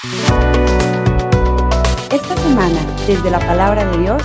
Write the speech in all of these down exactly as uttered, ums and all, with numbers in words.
Esta semana, desde la Palabra de Dios,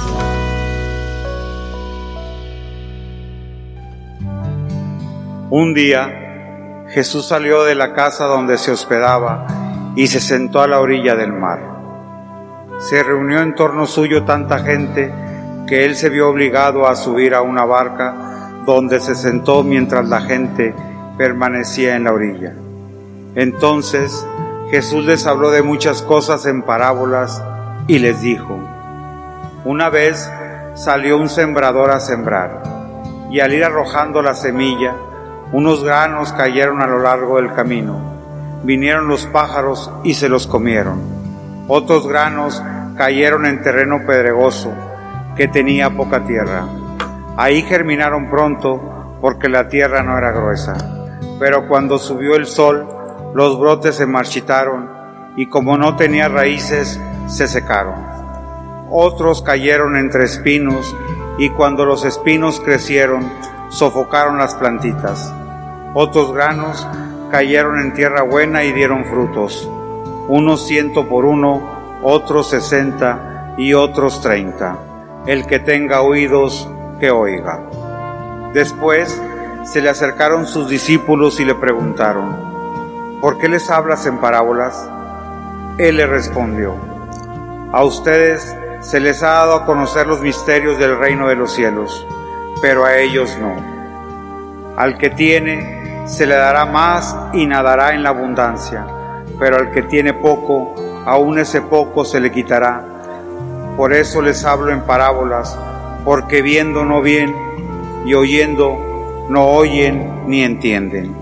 un día Jesús salió de la casa donde se hospedaba y se sentó a la orilla del mar. Se reunió en torno suyo tanta gente que él se vio obligado a subir a una barca donde se sentó mientras la gente permanecía en la orilla. Entonces Jesús les habló de muchas cosas en parábolas y les dijo: una vez salió un sembrador a sembrar, y al ir arrojando la semilla, unos granos cayeron a lo largo del camino. Vinieron los pájaros y se los comieron. Otros granos cayeron en terreno pedregoso, que tenía poca tierra. Ahí germinaron pronto, porque la tierra no era gruesa. Pero cuando subió el sol, los brotes se marchitaron, y como no tenía raíces, se secaron. Otros cayeron entre espinos, y cuando los espinos crecieron, sofocaron las plantitas. Otros granos cayeron en tierra buena y dieron frutos, unos ciento por uno, otros sesenta y otros treinta. El que tenga oídos, que oiga. Después se le acercaron sus discípulos y le preguntaron: ¿por qué les hablas en parábolas? Él le respondió: a ustedes se les ha dado a conocer los misterios del reino de los cielos, pero a ellos no. Al que tiene, se le dará más y nadará en la abundancia, pero al que tiene poco, aún ese poco se le quitará. Por eso les hablo en parábolas, porque viendo no ven, y oyendo no oyen ni entienden.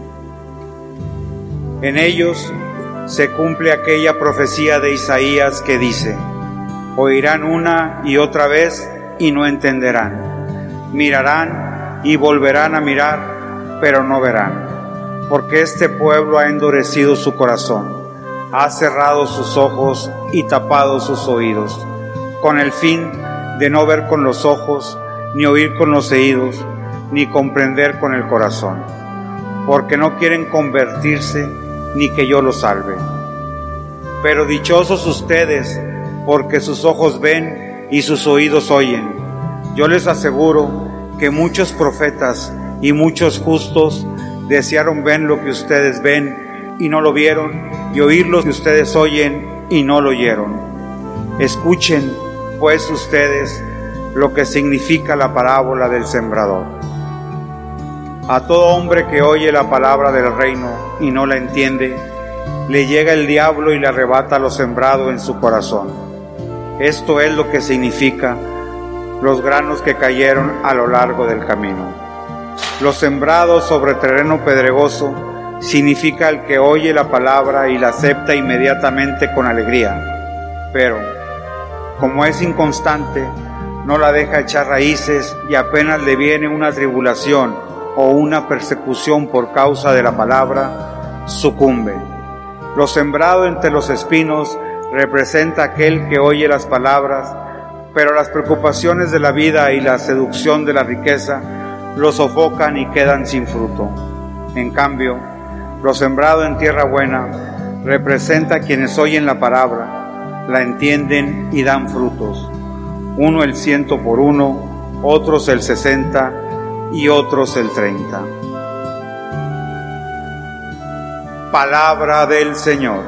En ellos se cumple aquella profecía de Isaías que dice: oirán una y otra vez y no entenderán, mirarán y volverán a mirar, pero no verán. Porque este pueblo ha endurecido su corazón, ha cerrado sus ojos y tapado sus oídos, con el fin de no ver con los ojos, ni oír con los oídos, ni comprender con el corazón, porque no quieren convertirse, ni que yo los salve. Pero dichosos ustedes, porque sus ojos ven y sus oídos oyen. Yo les aseguro que muchos profetas y muchos justos desearon ver lo que ustedes ven y no lo vieron, y oír lo que ustedes oyen y no lo oyeron. Escuchen, pues, ustedes lo que significa la parábola del sembrador. A todo hombre que oye la palabra del reino y no la entiende, le llega el diablo y le arrebata lo sembrado en su corazón. Esto es lo que significa los granos que cayeron a lo largo del camino. Los sembrados sobre terreno pedregoso significa el que oye la palabra y la acepta inmediatamente con alegría, pero como es inconstante, no la deja echar raíces y apenas le viene una tribulación o una persecución por causa de la palabra, sucumbe. Lo sembrado entre los espinos representa aquel que oye las palabras, pero las preocupaciones de la vida y la seducción de la riqueza lo sofocan y quedan sin fruto. En cambio, lo sembrado en tierra buena representa a quienes oyen la palabra, la entienden y dan frutos. Uno el ciento por uno, otros el sesenta y otros el treinta. Palabra del Señor.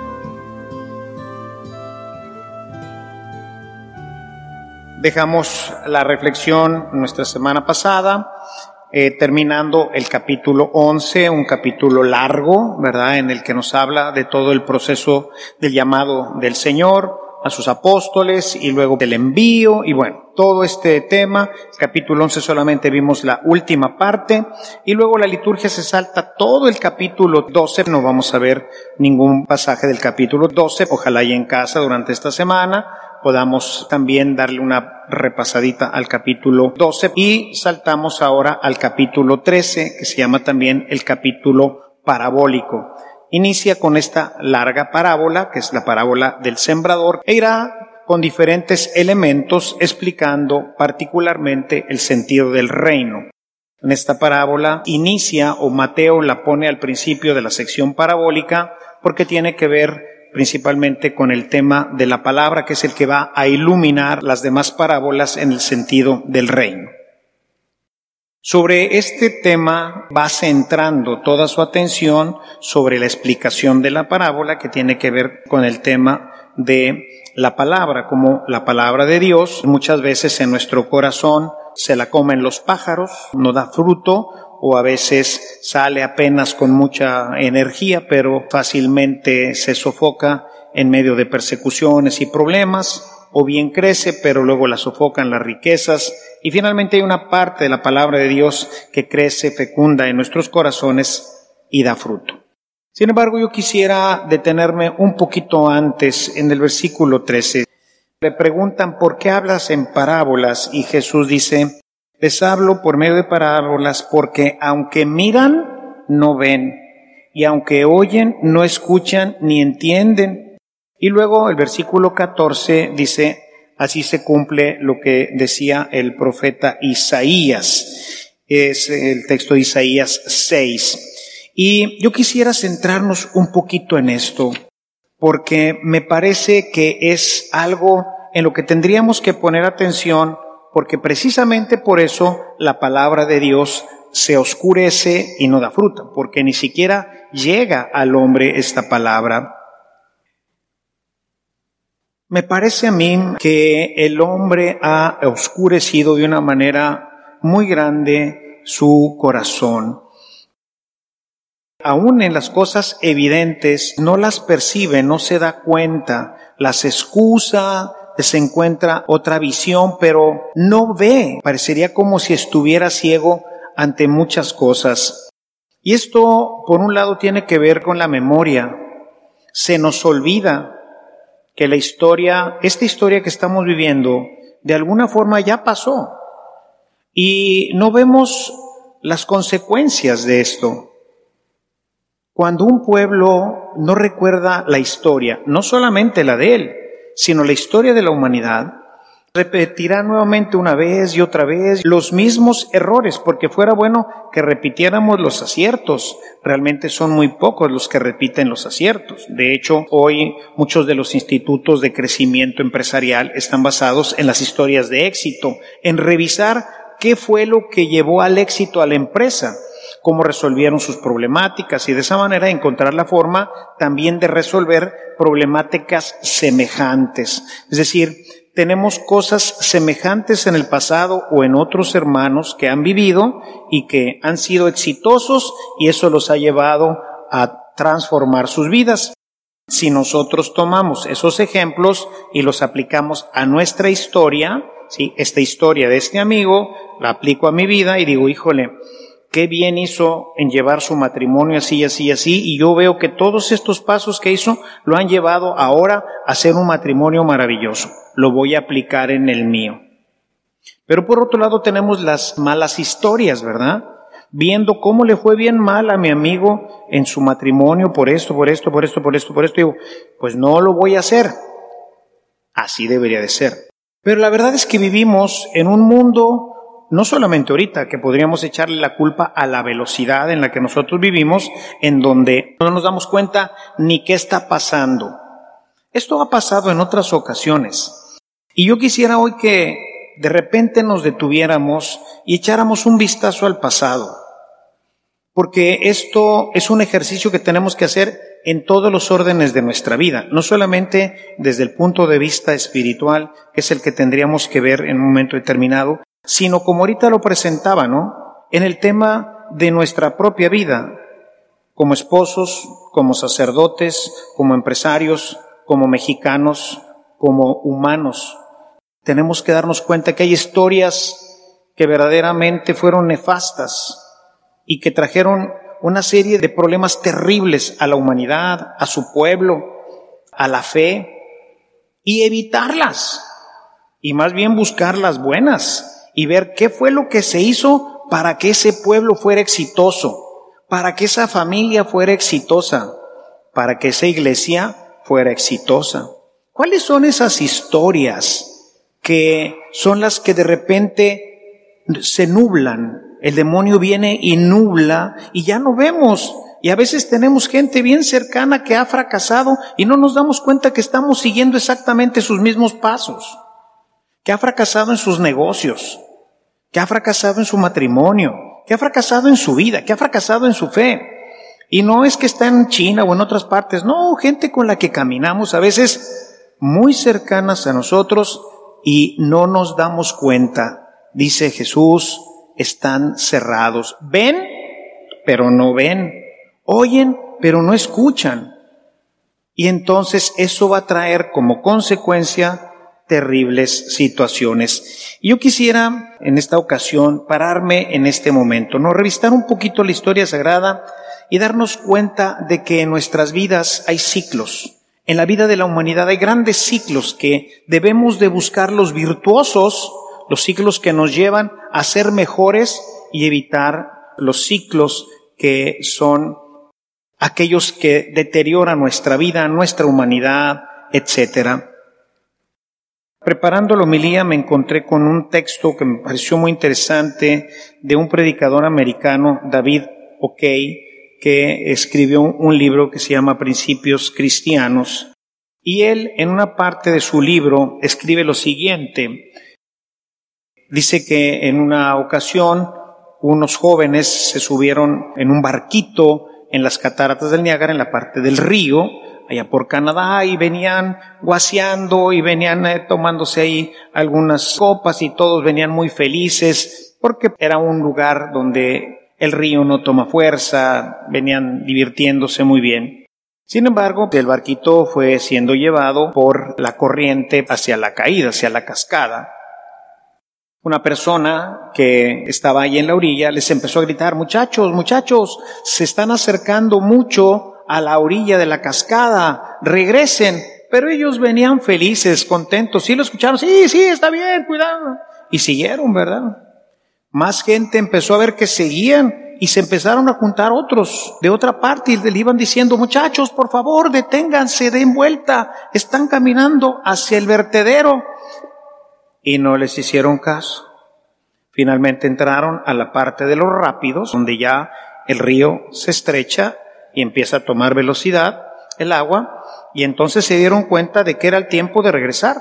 Dejamos la reflexión nuestra semana pasada, eh, terminando el capítulo once, un capítulo largo, ¿verdad?, en el que nos habla de todo el proceso del llamado del Señor a sus apóstoles y luego del envío, y bueno, todo este tema. Capítulo once solamente vimos la última parte, y luego la liturgia se salta todo el capítulo doce, no vamos a ver ningún pasaje del capítulo doce, ojalá y en casa durante esta semana podamos también darle una repasadita al capítulo doce, y saltamos ahora al capítulo trece, que se llama también el capítulo parabólico. Inicia con esta larga parábola, que es la parábola del sembrador, e irá con diferentes elementos explicando particularmente el sentido del reino. En esta parábola inicia, o Mateo la pone al principio de la sección parabólica, porque tiene que ver principalmente con el tema de la palabra, que es el que va a iluminar las demás parábolas en el sentido del reino. Sobre este tema va centrando toda su atención sobre la explicación de la parábola, que tiene que ver con el tema de la palabra, como la palabra de Dios muchas veces en nuestro corazón se la comen los pájaros, no da fruto, o a veces sale apenas con mucha energía, pero fácilmente se sofoca en medio de persecuciones y problemas, o bien crece, pero luego la sofocan las riquezas, y finalmente hay una parte de la palabra de Dios que crece, fecunda en nuestros corazones y da fruto. Sin embargo, yo quisiera detenerme un poquito antes en el versículo trece. Le preguntan, ¿por qué hablas en parábolas? Y Jesús dice, les hablo por medio de parábolas porque aunque miran, no ven, y aunque oyen, no escuchan ni entienden. Y luego el versículo catorce dice, así se cumple lo que decía el profeta Isaías. Es el texto de Isaías seis. Y yo quisiera centrarnos un poquito en esto, porque me parece que es algo en lo que tendríamos que poner atención, porque precisamente por eso la palabra de Dios se oscurece y no da fruto, porque ni siquiera llega al hombre esta palabra. Me parece a mí que el hombre ha oscurecido de una manera muy grande su corazón. Aún en las cosas evidentes no las percibe, no se da cuenta, las excusa, se encuentra otra visión, pero no ve. Parecería como si estuviera ciego ante muchas cosas. Y esto, por un lado, tiene que ver con la memoria. Se nos olvida que la historia, esta historia que estamos viviendo, de alguna forma ya pasó. Y no vemos las consecuencias de esto. Cuando un pueblo no recuerda la historia, no solamente la de él, sino la historia de la humanidad, repetirá nuevamente una vez y otra vez los mismos errores, porque fuera bueno que repitiéramos los aciertos. Realmente son muy pocos los que repiten los aciertos. De hecho, hoy muchos de los institutos de crecimiento empresarial están basados en las historias de éxito, en revisar qué fue lo que llevó al éxito a la empresa, cómo resolvieron sus problemáticas y de esa manera encontrar la forma también de resolver problemáticas semejantes. Es decir, tenemos cosas semejantes en el pasado o en otros hermanos que han vivido y que han sido exitosos y eso los ha llevado a transformar sus vidas. Si nosotros tomamos esos ejemplos y los aplicamos a nuestra historia, ¿sí? Esta historia de este amigo la aplico a mi vida y digo, híjole, qué bien hizo en llevar su matrimonio así, así, así, y yo veo que todos estos pasos que hizo lo han llevado ahora a ser un matrimonio maravilloso. Lo voy a aplicar en el mío. Pero por otro lado tenemos las malas historias, ¿verdad? Viendo cómo le fue bien mal a mi amigo en su matrimonio por esto, por esto, por esto, por esto, por esto, digo, pues no lo voy a hacer. Así debería de ser. Pero la verdad es que vivimos en un mundo, no solamente ahorita, que podríamos echarle la culpa a la velocidad en la que nosotros vivimos, en donde no nos damos cuenta ni qué está pasando. Esto ha pasado en otras ocasiones. Y yo quisiera hoy que de repente nos detuviéramos y echáramos un vistazo al pasado. Porque esto es un ejercicio que tenemos que hacer en todos los órdenes de nuestra vida, no solamente desde el punto de vista espiritual, que es el que tendríamos que ver en un momento determinado, sino como ahorita lo presentaba, ¿no? En el tema de nuestra propia vida, como esposos, como sacerdotes, como empresarios, como mexicanos, como humanos. Tenemos que darnos cuenta que hay historias que verdaderamente fueron nefastas y que trajeron una serie de problemas terribles a la humanidad, a su pueblo, a la fe, y evitarlas, y más bien buscar las buenas, y ver qué fue lo que se hizo para que ese pueblo fuera exitoso, para que esa familia fuera exitosa, para que esa iglesia fuera exitosa. ¿Cuáles son esas historias que son las que de repente se nublan? El demonio viene y nubla y ya no vemos Y a veces tenemos gente bien cercana que ha fracasado y no nos damos cuenta que estamos siguiendo exactamente sus mismos pasos, que ha fracasado en sus negocios, que ha fracasado en su matrimonio, que ha fracasado en su vida, que ha fracasado en su fe. Y no es que está en China o en otras partes, no, gente con la que caminamos a veces muy cercanas a nosotros y no nos damos cuenta. Dice Jesús, están cerrados. Ven, pero no ven. Oyen, pero no escuchan. Y entonces eso va a traer como consecuencia terribles situaciones. Yo quisiera en esta ocasión pararme en este momento, no revisar un poquito la historia sagrada y darnos cuenta de que en nuestras vidas hay ciclos. En la vida de la humanidad hay grandes ciclos que debemos de buscar los virtuosos, los ciclos que nos llevan a ser mejores y evitar los ciclos que son aquellos que deterioran nuestra vida, nuestra humanidad, etcétera. Preparando la homilía me encontré con un texto que me pareció muy interesante de un predicador americano, David O'Kay, que escribió un libro que se llama Principios Cristianos. Y él, en una parte de su libro, escribe lo siguiente. Dice que en una ocasión unos jóvenes se subieron en un barquito en las cataratas del Niágara, en la parte del río, allá por Canadá, y venían guaseando y venían eh, tomándose ahí algunas copas y todos venían muy felices porque era un lugar donde el río no toma fuerza, venían divirtiéndose muy bien. Sin embargo, el barquito fue siendo llevado por la corriente hacia la caída, hacia la cascada. Una persona que estaba ahí en la orilla les empezó a gritar, muchachos, muchachos, se están acercando mucho a la orilla de la cascada, regresen. Pero ellos venían felices, contentos, sí lo escucharon, sí, sí, está bien, cuidado. Y siguieron, ¿verdad? Más gente empezó a ver que seguían y se empezaron a juntar otros de otra parte y le iban diciendo, muchachos, por favor, deténganse, den vuelta, están caminando hacia el vertedero. Y no les hicieron caso. Finalmente entraron a la parte de los rápidos, donde ya el río se estrecha y empieza a tomar velocidad el agua, y entonces se dieron cuenta de que era el tiempo de regresar.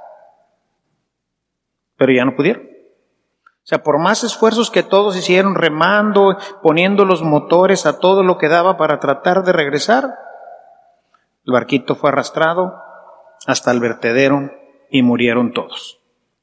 Pero ya no pudieron. O sea, por más esfuerzos que todos hicieron, remando, poniendo los motores a todo lo que daba para tratar de regresar, el barquito fue arrastrado hasta el vertedero y murieron todos.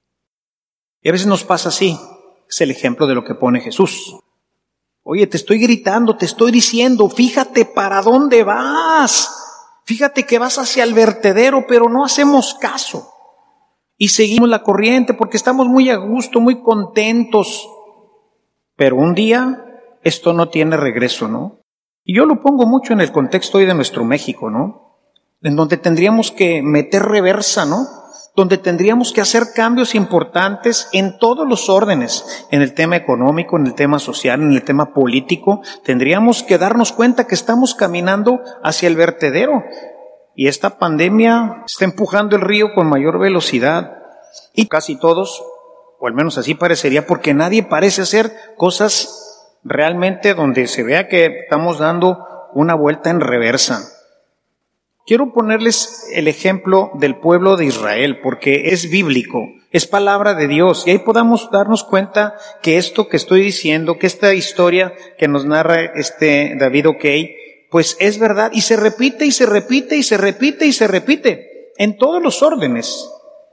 Y a veces nos pasa así, es el ejemplo de lo que pone Jesús. Oye, te estoy gritando, te estoy diciendo, fíjate para dónde vas. Fíjate que vas hacia el vertedero, pero no hacemos caso. Y seguimos la corriente porque estamos muy a gusto, muy contentos. Pero un día esto no tiene regreso, ¿no? Y yo lo pongo mucho en el contexto hoy de nuestro México, ¿no? En donde tendríamos que meter reversa, ¿no? Donde tendríamos que hacer cambios importantes en todos los órdenes, en el tema económico, en el tema social, en el tema político. Tendríamos que darnos cuenta que estamos caminando hacia el vertedero y esta pandemia está empujando el río con mayor velocidad y casi todos, o al menos así parecería, porque nadie parece hacer cosas realmente donde se vea que estamos dando una vuelta en reversa. Quiero ponerles el ejemplo del pueblo de Israel, porque es bíblico, es palabra de Dios, y ahí podamos darnos cuenta que esto que estoy diciendo, que esta historia que nos narra este David O'Kay, pues es verdad, y se repite, y se repite, y se repite, y se repite, en todos los órdenes.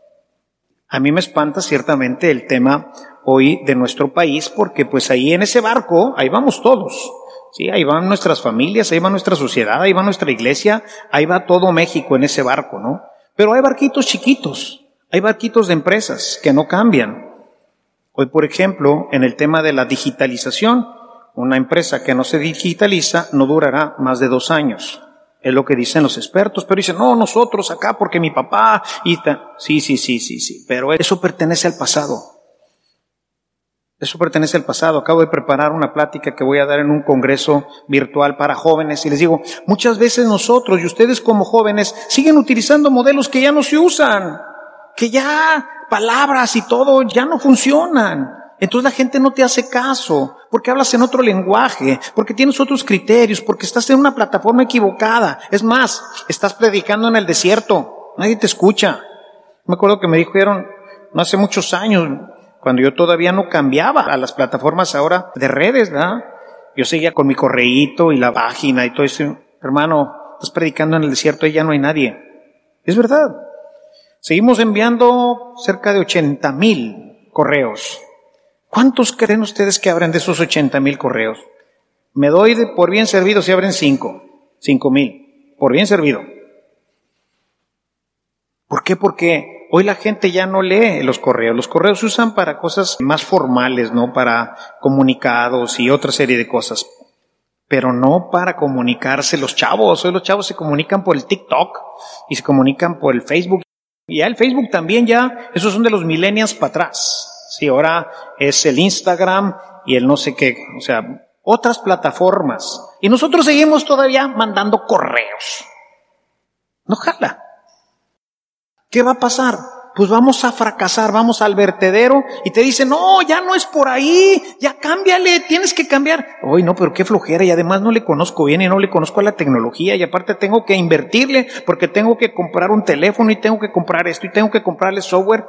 A mí me espanta ciertamente el tema hoy de nuestro país, porque pues ahí en ese barco, ahí vamos todos. Sí, ahí van nuestras familias, ahí va nuestra sociedad, ahí va nuestra iglesia, ahí va todo México en ese barco, ¿no? Pero hay barquitos chiquitos, hay barquitos de empresas que no cambian. Hoy, por ejemplo, en el tema de la digitalización, una empresa que no se digitaliza no durará más de dos años. Es lo que dicen los expertos, pero dicen, no, nosotros acá porque mi papá y ta... Sí, sí, sí, sí, sí, pero eso pertenece al pasado. Eso pertenece al pasado. Acabo de preparar una plática que voy a dar en un congreso virtual para jóvenes y les digo, muchas veces nosotros y ustedes como jóvenes siguen utilizando modelos que ya no se usan, que ya palabras y todo ya no funcionan. Entonces la gente no te hace caso, porque hablas en otro lenguaje, porque tienes otros criterios, porque estás en una plataforma equivocada. Es más, estás predicando en el desierto, nadie te escucha. Me acuerdo que me dijeron, no hace muchos años, cuando yo todavía no cambiaba a las plataformas ahora de redes, ¿verdad? Yo seguía con mi correíto y la página y todo eso. Hermano, estás predicando en el desierto y ya no hay nadie. Es verdad. Seguimos enviando cerca de ochenta mil correos. ¿Cuántos creen ustedes que abren de esos ochenta mil correos? Me doy de por bien servido si abren cinco. Cinco mil. Por bien servido. ¿Por qué? Porque hoy la gente ya no lee los correos. Los correos se usan para cosas más formales, ¿no? Para comunicados y otra serie de cosas. Pero no para comunicarse los chavos. Hoy los chavos se comunican por el TikTok y se comunican por el Facebook. Y ya el Facebook también ya, esos son de los millennials para atrás. Sí, ahora es el Instagram y el no sé qué, o sea, otras plataformas. Y nosotros seguimos todavía mandando correos. No jala. ¿Qué va a pasar? Pues vamos a fracasar, vamos al vertedero y te dicen, no, ya no es por ahí, ya cámbiale, tienes que cambiar. Uy, no, pero qué flojera, y además no le conozco bien y no le conozco a la tecnología y aparte tengo que invertirle porque tengo que comprar un teléfono y tengo que comprar esto y tengo que comprarle software.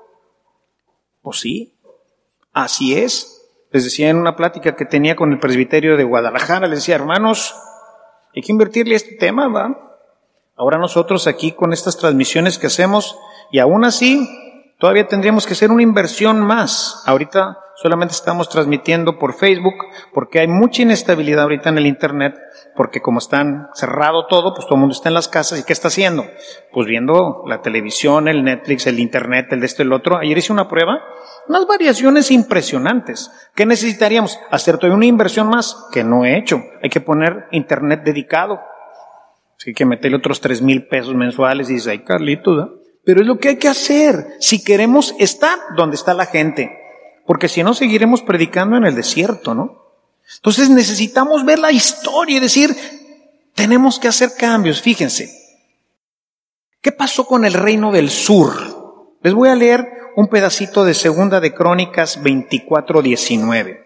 Pues sí, así es. Les decía en una plática que tenía con el presbiterio de Guadalajara, les decía, hermanos, hay que invertirle a este tema, ¿va? Ahora nosotros aquí con estas transmisiones que hacemos, y aún así, todavía tendríamos que hacer una inversión más. Ahorita solamente estamos transmitiendo por Facebook, porque hay mucha inestabilidad ahorita en el Internet, porque como están cerrado todo, pues todo el mundo está en las casas, ¿y qué está haciendo? Pues viendo la televisión, el Netflix, el Internet, el de este, el otro. Ayer hice una prueba, unas variaciones impresionantes. ¿Qué necesitaríamos? Hacer todavía una inversión más, que no he hecho. Hay que poner Internet dedicado. Así que meterle otros tres mil pesos mensuales y dices, ay, Carlitos, ¿eh? Pero es lo que hay que hacer si queremos estar donde está la gente. Porque si no, seguiremos predicando en el desierto, ¿no? Entonces necesitamos ver la historia y decir, tenemos que hacer cambios. Fíjense, ¿qué pasó con el reino del sur? Les voy a leer un pedacito de Segunda de Crónicas veinticuatro diecinueve.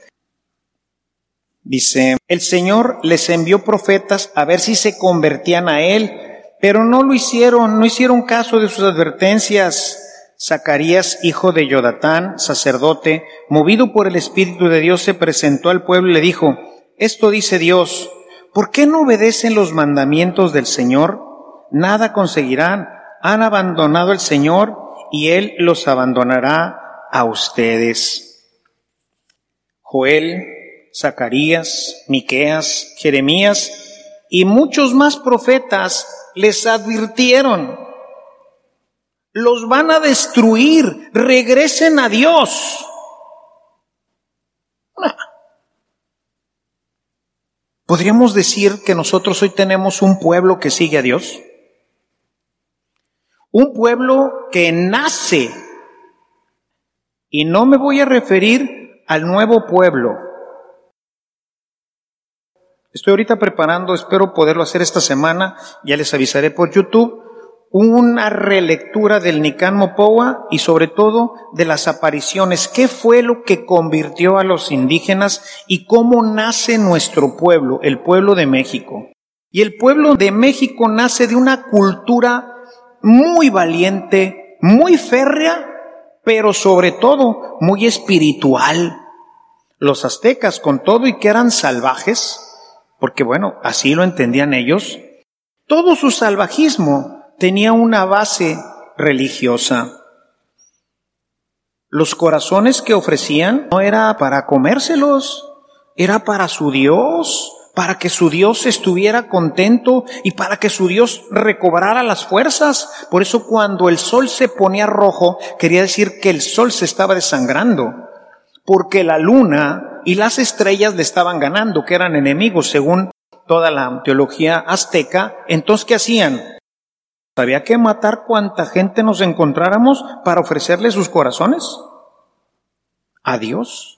Dice, el Señor les envió profetas a ver si se convertían a Él, pero no lo hicieron, no hicieron caso de sus advertencias. Zacarías, hijo de Jodatán, sacerdote, movido por el Espíritu de Dios, se presentó al pueblo y le dijo, esto dice Dios, ¿por qué no obedecen los mandamientos del Señor? Nada conseguirán, han abandonado al Señor y Él los abandonará a ustedes. Joel, Zacarías, Miqueas, Jeremías y muchos más profetas les advirtieron, los van a destruir, regresen a Dios. ¿Podríamos decir que nosotros hoy tenemos un pueblo que sigue a Dios? Un pueblo que nace, y no me voy a referir al nuevo pueblo. Estoy ahorita preparando, espero poderlo hacer esta semana, ya les avisaré por YouTube, una relectura del Nican Mopoa y sobre todo de las apariciones. ¿Qué fue lo que convirtió a los indígenas y cómo nace nuestro pueblo, el pueblo de México? Y el pueblo de México nace de una cultura muy valiente, muy férrea, pero sobre todo muy espiritual. Los aztecas, con todo y que eran salvajes, porque bueno, así lo entendían ellos, todo su salvajismo tenía una base religiosa. Los corazones que ofrecían no era para comérselos, era para su Dios, para que su Dios estuviera contento y para que su Dios recobrara las fuerzas. Por eso cuando el sol se ponía rojo, quería decir que el sol se estaba desangrando, porque la luna y las estrellas le estaban ganando, que eran enemigos según toda la teología azteca. Entonces, ¿qué hacían? Había que matar cuanta gente nos encontráramos para ofrecerle sus corazones a Dios.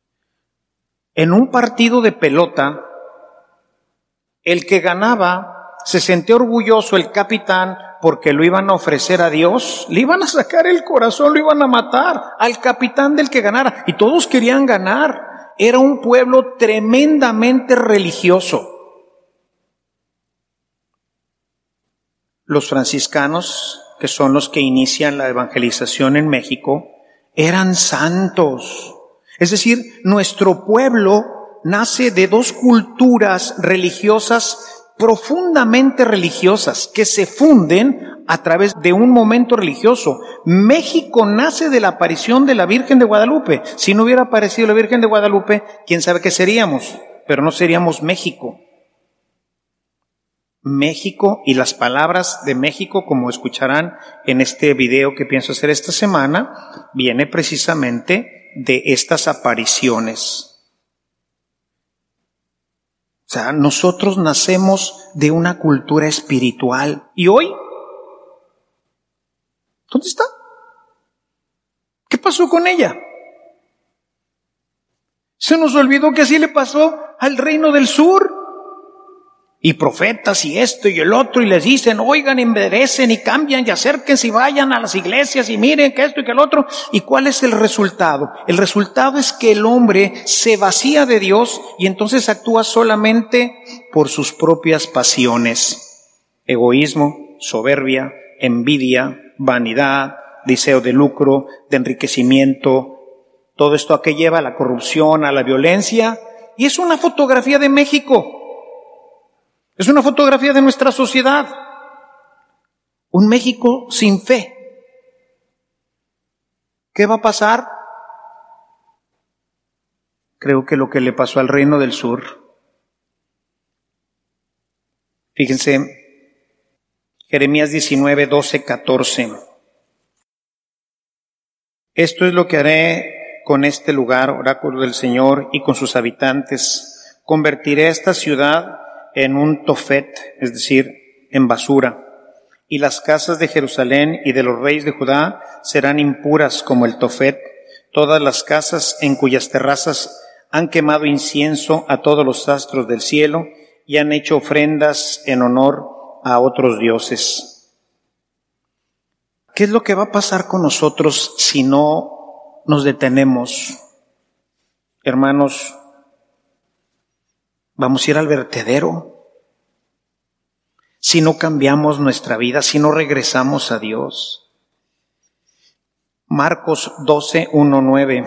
En un partido de pelota, el que ganaba se sentía orgulloso el capitán porque lo iban a ofrecer a Dios, le iban a sacar el corazón, lo iban a matar al capitán del que ganara, y todos querían ganar. Era un pueblo tremendamente religioso. Los franciscanos, que son los que inician la evangelización en México, eran santos. Es decir, nuestro pueblo nace de dos culturas religiosas profundamente religiosas que se funden a través de un momento religioso. México nace de la aparición de la Virgen de Guadalupe. Si no hubiera aparecido la Virgen de Guadalupe, quién sabe qué seríamos, pero no seríamos México. México, y las palabras de México, como escucharán en este video que pienso hacer esta semana, viene precisamente de estas apariciones. O sea, nosotros nacemos de una cultura espiritual. ¿Y hoy? ¿Dónde está? ¿Qué pasó con ella? Se nos olvidó que así le pasó al reino del sur. Y profetas y esto y el otro, y les dicen, oigan, enderecen y cambian y acérquense y vayan a las iglesias y miren que esto y que el otro. ¿Y cuál es el resultado? El resultado es que el hombre se vacía de Dios y entonces actúa solamente por sus propias pasiones. Egoísmo, soberbia, envidia, vanidad, deseo de lucro, de enriquecimiento. Todo esto a qué lleva, a la corrupción, a la violencia. Y es una fotografía de México. Es una fotografía de nuestra sociedad. Un México sin fe. ¿Qué va a pasar? Creo que lo que le pasó al reino del sur. Fíjense, Jeremías diecinueve, doce, catorce. Esto es lo que haré con este lugar, oráculo del Señor, y con sus habitantes. Convertiré esta ciudad en un tofet, es decir, en basura, y las casas de Jerusalén y de los reyes de Judá serán impuras como el tofet, todas las casas en cuyas terrazas han quemado incienso a todos los astros del cielo y han hecho ofrendas en honor a otros dioses. ¿Qué es lo que va a pasar con nosotros si no nos detenemos? Hermanos, vamos a ir al vertedero. Si no cambiamos nuestra vida, si no regresamos a Dios. Marcos doce, uno, nueve.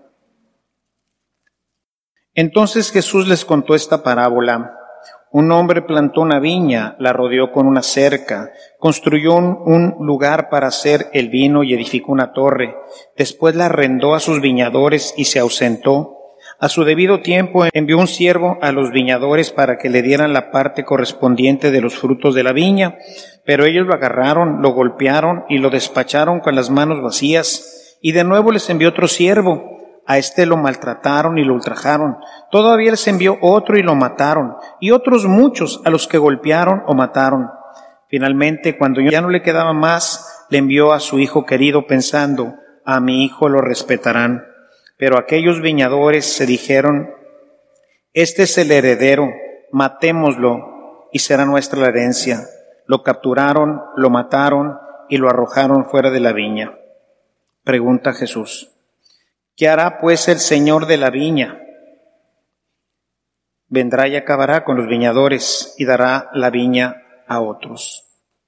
Entonces Jesús les contó esta parábola. Un hombre plantó una viña, la rodeó con una cerca, construyó un, un lugar para hacer el vino y edificó una torre. Después la arrendó a sus viñadores y se ausentó. A su debido tiempo envió un siervo a los viñadores para que le dieran la parte correspondiente de los frutos de la viña, pero ellos lo agarraron, lo golpearon y lo despacharon con las manos vacías. Y de nuevo les envió otro siervo. A este lo maltrataron y lo ultrajaron. Todavía les envió otro y lo mataron, y otros muchos a los que golpearon o mataron. Finalmente, cuando ya no le quedaba más, le envió a su hijo querido pensando, a mi hijo lo respetarán. Pero aquellos viñadores se dijeron, este es el heredero, matémoslo y será nuestra la herencia. Lo capturaron, lo mataron y lo arrojaron fuera de la viña. Pregunta Jesús, ¿qué hará pues el Señor de la viña? Vendrá y acabará con los viñadores y dará la viña a otros.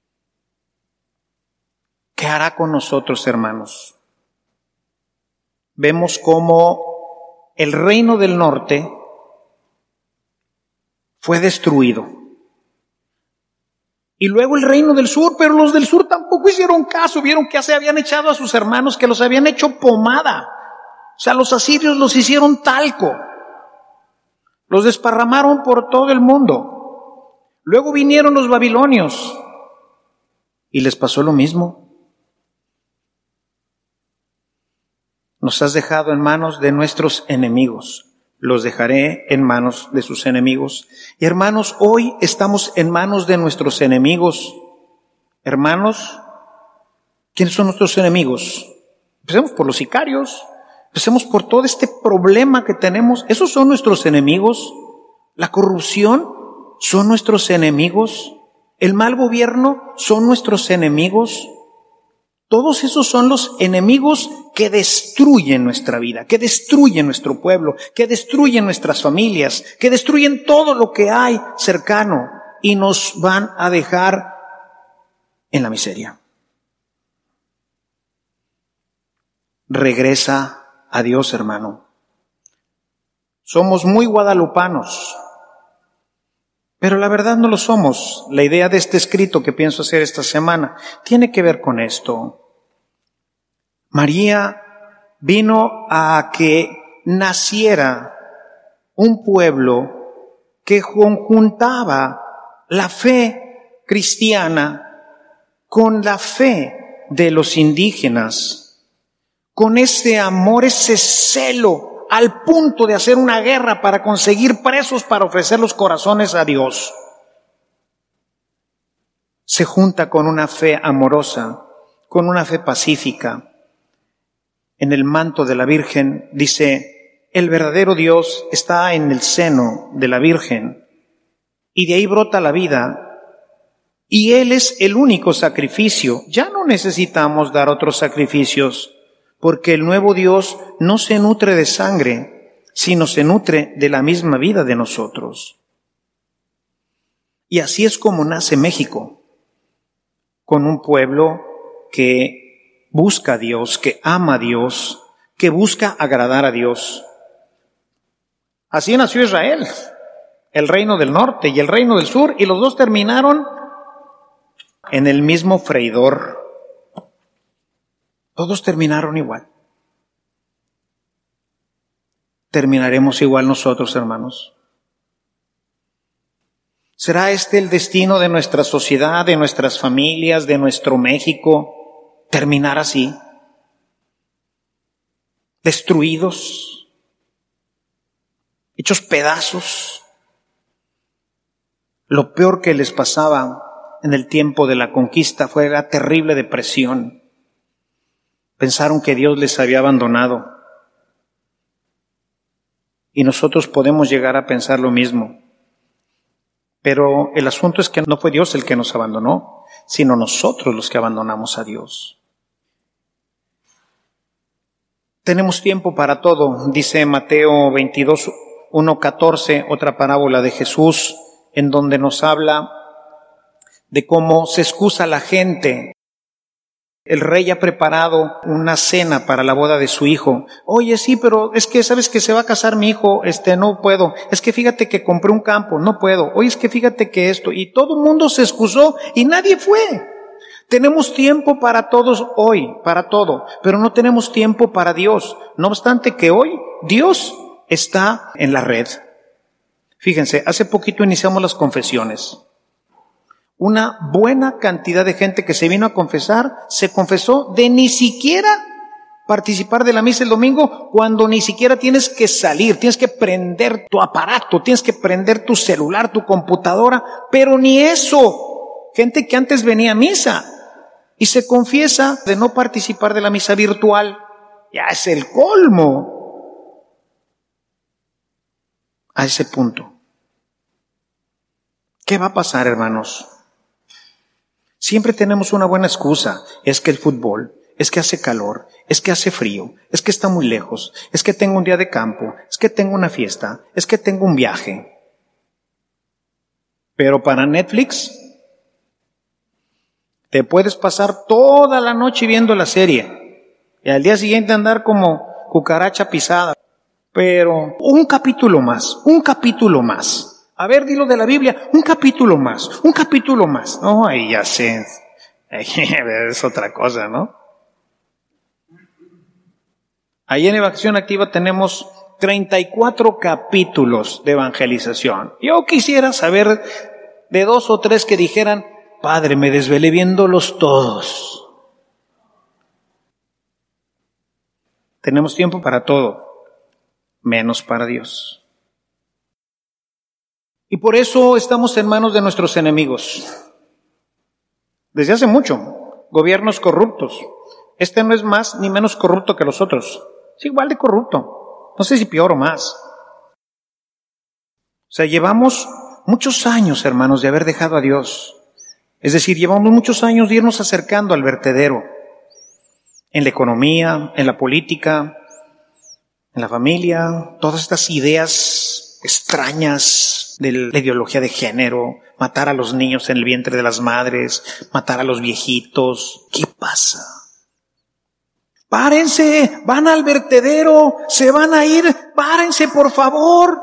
¿Qué hará con nosotros, hermanos? Vemos cómo el reino del norte fue destruido. Y luego el reino del sur, pero los del sur tampoco hicieron caso, vieron que se habían echado a sus hermanos, que los habían hecho pomada. O sea, los asirios los hicieron talco. Los desparramaron por todo el mundo. Luego vinieron los babilonios y les pasó lo mismo. Nos has dejado en manos de nuestros enemigos. Los dejaré en manos de sus enemigos. Y hermanos, hoy estamos en manos de nuestros enemigos. Hermanos, ¿quiénes son nuestros enemigos? Empecemos por los sicarios. Empecemos por todo este problema que tenemos. ¿Esos son nuestros enemigos? ¿La corrupción son nuestros enemigos? el mal gobierno son nuestros enemigos. Todos esos son los enemigos que destruyen nuestra vida, que destruyen nuestro pueblo, que destruyen nuestras familias, que destruyen todo lo que hay cercano y nos van a dejar en la miseria. Regresa a Dios, hermano. Somos muy guadalupanos, pero la verdad no lo somos. La idea de este escrito que pienso hacer esta semana tiene que ver con esto. María vino a que naciera un pueblo que conjuntaba la fe cristiana con la fe de los indígenas, con ese amor, ese celo, al punto de hacer una guerra para conseguir presos para ofrecer los corazones a Dios. Se junta con una fe amorosa, con una fe pacífica. En el manto de la Virgen dice, el verdadero Dios está en el seno de la Virgen y de ahí brota la vida y Él es el único sacrificio. Ya no necesitamos dar otros sacrificios porque el nuevo Dios no se nutre de sangre, sino se nutre de la misma vida de nosotros. Y así es como nace México, con un pueblo que busca a Dios, que ama a Dios, que busca agradar a Dios. Así nació Israel, el reino del norte y el reino del sur, y los dos terminaron en el mismo freidor. Todos terminaron igual. Terminaremos igual nosotros, hermanos. ¿Será este el destino de nuestra sociedad, de nuestras familias, de nuestro México? Terminar así, destruidos, hechos pedazos. Lo peor que les pasaba en el tiempo de la conquista fue la terrible depresión. Pensaron que Dios les había abandonado. Y nosotros podemos llegar a pensar lo mismo. Pero el asunto es que no fue Dios el que nos abandonó, sino nosotros los que abandonamos a Dios. Tenemos tiempo para todo, dice Mateo veintidós, uno, catorce, otra parábola de Jesús, en donde nos habla de cómo se excusa la gente. El rey ha preparado una cena para la boda de su hijo. Oye, sí, pero es que sabes que se va a casar mi hijo, este, no puedo. Es que fíjate que compré un campo, no puedo. Oye, es que fíjate que esto. Y todo el mundo se excusó y nadie fue. Tenemos tiempo para todos hoy, para todo, pero no tenemos tiempo para Dios. No obstante que hoy Dios está en la red. Fíjense, hace poquito iniciamos las confesiones. Una buena cantidad de gente que se vino a confesar, se confesó de ni siquiera participar de la misa el domingo, cuando ni siquiera tienes que salir, tienes que prender tu aparato, tienes que prender tu celular, tu computadora, pero ni eso. Gente que antes venía a misa y se confiesa de no participar de la misa virtual. Ya es el colmo. A ese punto. ¿Qué va a pasar, hermanos? Siempre tenemos una buena excusa. Es que el fútbol, es que hace calor, es que hace frío, es que está muy lejos, es que tengo un día de campo, es que tengo una fiesta, es que tengo un viaje. Pero para Netflix, te puedes pasar toda la noche viendo la serie y al día siguiente andar como cucaracha pisada. Pero un capítulo más, un capítulo más. A ver, dilo de la Biblia, un capítulo más, un capítulo más. No, ahí ya sé, es otra cosa, ¿no? Ahí en Evangelización Activa tenemos treinta y cuatro capítulos de evangelización. Yo quisiera saber de dos o tres que dijeran, Padre, me desvelé viéndolos todos. Tenemos tiempo para todo, menos para Dios. Y por eso estamos en manos de nuestros enemigos. Desde hace mucho, gobiernos corruptos. Este no es más ni menos corrupto que los otros. Es igual de corrupto. No sé si peor o más. O sea, llevamos muchos años, hermanos, de haber dejado a Dios. Es decir, llevamos muchos años de irnos acercando al vertedero, en la economía, en la política, en la familia, todas estas ideas extrañas de la ideología de género, matar a los niños en el vientre de las madres, matar a los viejitos. ¿Qué pasa? Párense, van al vertedero, se van a ir, párense por favor.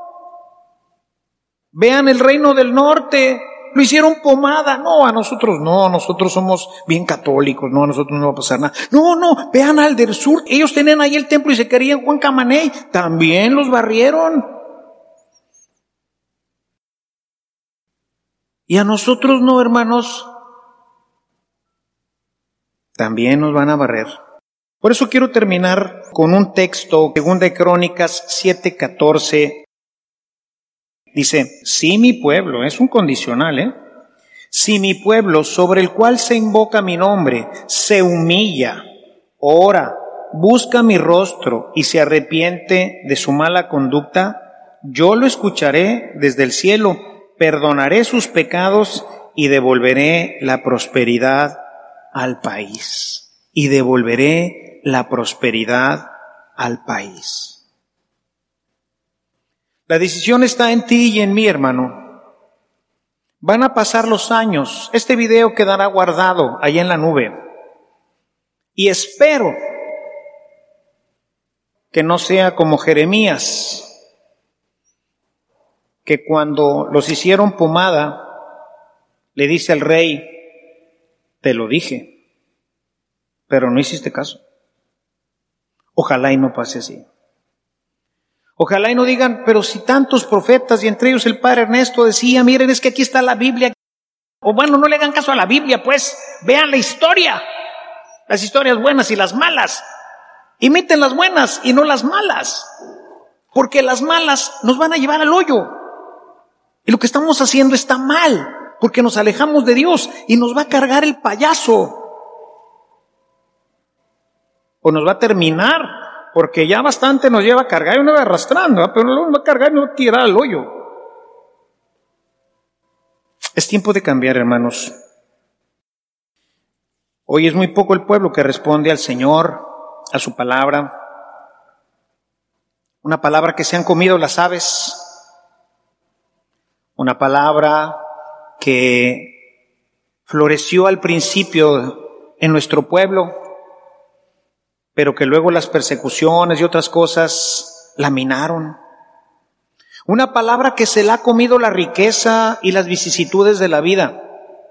Vean el Reino del Norte, lo hicieron pomada. No, a nosotros no, nosotros somos bien católicos, no, a nosotros no va a pasar nada. No, no, vean al del sur, ellos tenían ahí el templo y se querían Juan Camaney, también los barrieron. Y a nosotros no, hermanos, también nos van a barrer. Por eso quiero terminar con un texto, Segunda de Crónicas siete catorce. Dice, si mi pueblo, es un condicional, ¿eh? Si mi pueblo, sobre el cual se invoca mi nombre, se humilla, ora, busca mi rostro y se arrepiente de su mala conducta, yo lo escucharé desde el cielo, perdonaré sus pecados y devolveré la prosperidad al país. Y devolveré la prosperidad al país. La decisión está en ti y en mí, hermano. Van a pasar los años. Este video quedará guardado allá en la nube. Y espero que no sea como Jeremías, que cuando los hicieron pomada, le dice al rey, te lo dije, pero no hiciste caso. Ojalá y no pase así. Ojalá y no digan, pero si tantos profetas, y entre ellos el padre Ernesto decía, miren, es que aquí está la Biblia. O bueno, no le hagan caso a la Biblia, pues, vean la historia. Las historias buenas y las malas. Imiten las buenas y no las malas. Porque las malas nos van a llevar al hoyo. Y lo que estamos haciendo está mal, porque nos alejamos de Dios y nos va a cargar el payaso. O nos va a terminar, porque ya bastante nos lleva a cargar y nos va arrastrando, ¿eh? Pero luego nos va a cargar y nos va a tirar al hoyo. Es tiempo de cambiar, hermanos. Hoy es muy poco el pueblo que responde al Señor, a su palabra. Una palabra que se han comido las aves. Una palabra que floreció al principio en nuestro pueblo, pero que luego las persecuciones y otras cosas la minaron. Una palabra que se la ha comido la riqueza y las vicisitudes de la vida.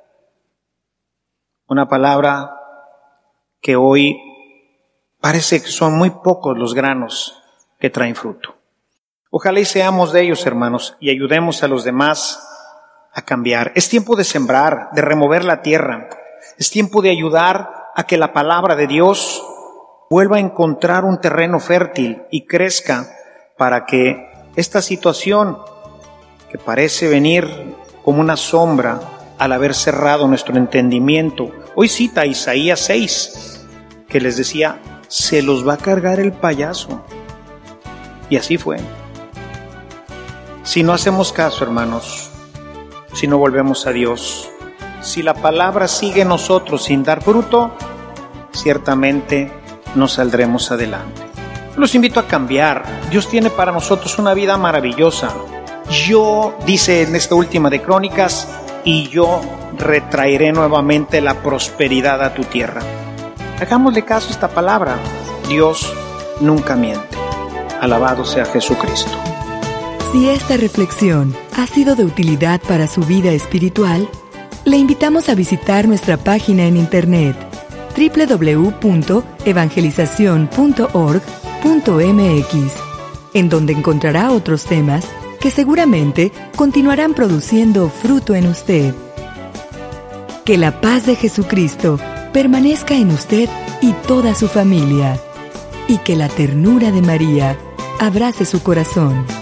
Una palabra que hoy parece que son muy pocos los granos que traen fruto. Ojalá y seamos de ellos, hermanos, y ayudemos a los demás a cambiar. Es tiempo de sembrar, de remover la tierra. Es tiempo de ayudar a que la palabra de Dios vuelva a encontrar un terreno fértil y crezca para que esta situación que parece venir como una sombra al haber cerrado nuestro entendimiento. Hoy cita Isaías seis, que les decía, se los va a cargar el payaso. Y así fue. Si no hacemos caso, hermanos, si no volvemos a Dios, si la palabra sigue en nosotros sin dar fruto, ciertamente no saldremos adelante. Los invito a cambiar. Dios tiene para nosotros una vida maravillosa. Yo, dice en esta última de Crónicas, y yo retraeré nuevamente la prosperidad a tu tierra. Hagámosle caso a esta palabra. Dios nunca miente. Alabado sea Jesucristo. Si esta reflexión ha sido de utilidad para su vida espiritual, le invitamos a visitar nuestra página en internet doble u doble u doble u punto evangelización punto org punto m x, en donde encontrará otros temas que seguramente continuarán produciendo fruto en usted. Que la paz de Jesucristo permanezca en usted y toda su familia, y que la ternura de María abrace su corazón.